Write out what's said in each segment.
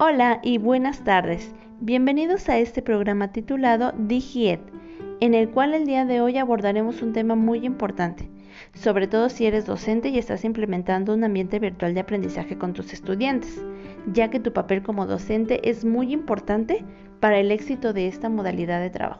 Hola y buenas tardes. Bienvenidos a este programa titulado DigiEd, en el cual el día de hoy abordaremos un tema muy importante, sobre todo si eres docente y estás implementando un ambiente virtual de aprendizaje con tus estudiantes, ya que tu papel como docente es muy importante para el éxito de esta modalidad de trabajo.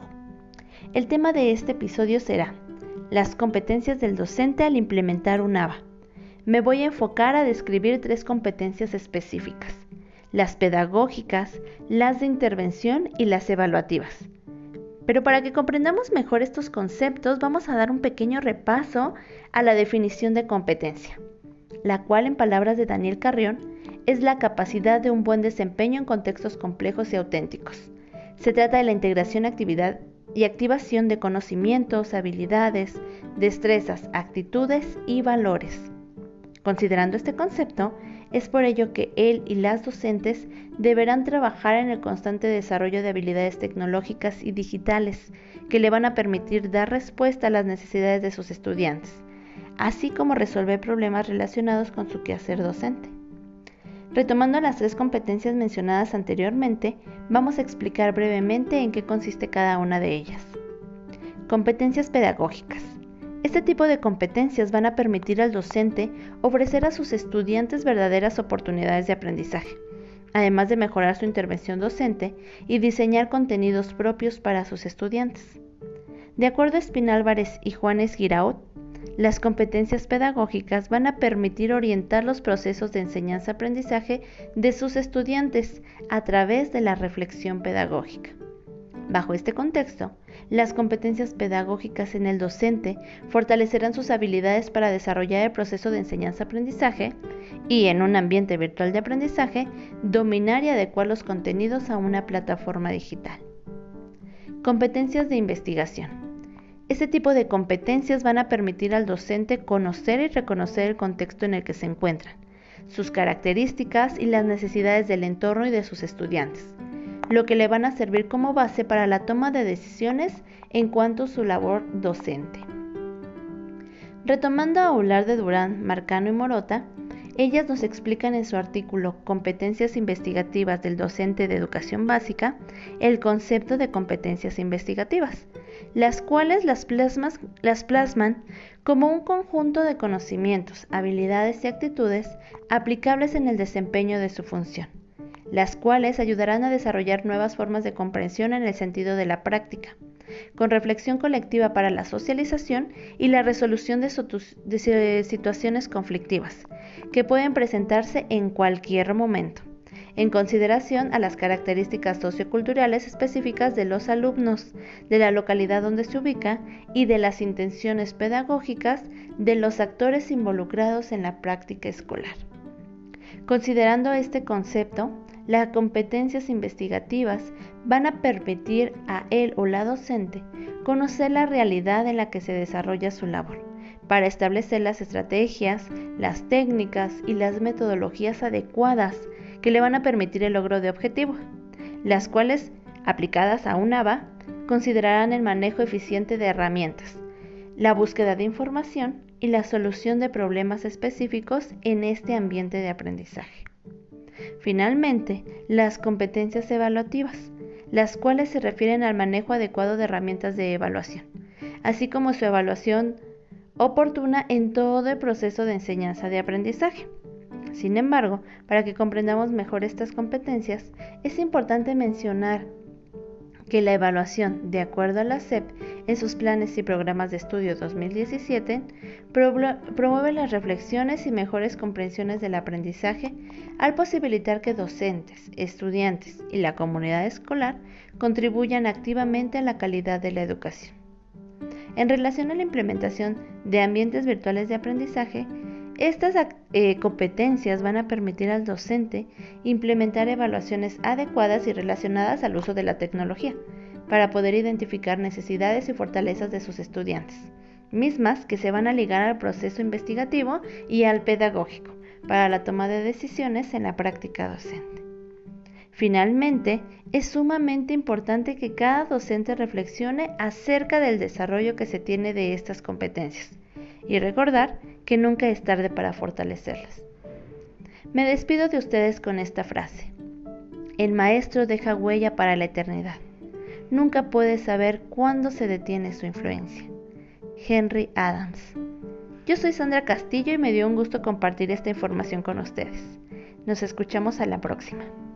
El tema de este episodio será las competencias del docente al implementar un ABA. Me voy a enfocar a describir 3 competencias específicas: las pedagógicas, las de intervención y las evaluativas. Pero para que comprendamos mejor estos conceptos, vamos a dar un pequeño repaso a la definición de competencia, la cual, en palabras de Daniel Carrión, es la capacidad de un buen desempeño en contextos complejos y auténticos. Se trata de la integración, actividad y activación de conocimientos, habilidades, destrezas, actitudes y valores. Considerando este concepto, es por ello que él y las docentes deberán trabajar en el constante desarrollo de habilidades tecnológicas y digitales que le van a permitir dar respuesta a las necesidades de sus estudiantes, así como resolver problemas relacionados con su quehacer docente. Retomando las 3 competencias mencionadas anteriormente, vamos a explicar brevemente en qué consiste cada una de ellas. Competencias pedagógicas. Este tipo de competencias van a permitir al docente ofrecer a sus estudiantes verdaderas oportunidades de aprendizaje, además de mejorar su intervención docente y diseñar contenidos propios para sus estudiantes. De acuerdo a Espina Álvarez y Juanes Guiraud, las competencias pedagógicas van a permitir orientar los procesos de enseñanza-aprendizaje de sus estudiantes a través de la reflexión pedagógica. Bajo este contexto, las competencias pedagógicas en el docente fortalecerán sus habilidades para desarrollar el proceso de enseñanza-aprendizaje y, en un ambiente virtual de aprendizaje, dominar y adecuar los contenidos a una plataforma digital. Competencias de investigación. Este tipo de competencias van a permitir al docente conocer y reconocer el contexto en el que se encuentran, sus características y las necesidades del entorno y de sus estudiantes, lo que le van a servir como base para la toma de decisiones en cuanto a su labor docente. Retomando a Aulard de Durán, Marcano y Morota, ellas nos explican en su artículo Competencias investigativas del docente de educación básica el concepto de competencias investigativas, las cuales las plasman como un conjunto de conocimientos, habilidades y actitudes aplicables en el desempeño de su función, las cuales ayudarán a desarrollar nuevas formas de comprensión en el sentido de la práctica, con reflexión colectiva para la socialización y la resolución de situaciones conflictivas, que pueden presentarse en cualquier momento, en consideración a las características socioculturales específicas de los alumnos, de la localidad donde se ubica y de las intenciones pedagógicas de los actores involucrados en la práctica escolar. Considerando este concepto, las competencias investigativas van a permitir a él o la docente conocer la realidad en la que se desarrolla su labor, para establecer las estrategias, las técnicas y las metodologías adecuadas que le van a permitir el logro de objetivos, las cuales, aplicadas a un ABA, considerarán el manejo eficiente de herramientas, la búsqueda de información y la solución de problemas específicos en este ambiente de aprendizaje. Finalmente, las competencias evaluativas, las cuales se refieren al manejo adecuado de herramientas de evaluación, así como su evaluación oportuna en todo el proceso de enseñanza de aprendizaje. Sin embargo, para que comprendamos mejor estas competencias, es importante mencionar que la evaluación, de acuerdo a la SEP, en sus planes y programas de estudio 2017, promueve las reflexiones y mejores comprensiones del aprendizaje al posibilitar que docentes, estudiantes y la comunidad escolar contribuyan activamente a la calidad de la educación. En relación a la implementación de ambientes virtuales de aprendizaje, estas competencias van a permitir al docente implementar evaluaciones adecuadas y relacionadas al uso de la tecnología para poder identificar necesidades y fortalezas de sus estudiantes, mismas que se van a ligar al proceso investigativo y al pedagógico para la toma de decisiones en la práctica docente. Finalmente, es sumamente importante que cada docente reflexione acerca del desarrollo que se tiene de estas competencias y recordar que nunca es tarde para fortalecerlas. Me despido de ustedes con esta frase: El maestro deja huella para la eternidad. Nunca puedes saber cuándo se detiene su influencia. Henry Adams. Yo soy Sandra Castillo y me dio un gusto compartir esta información con ustedes. Nos escuchamos a la próxima.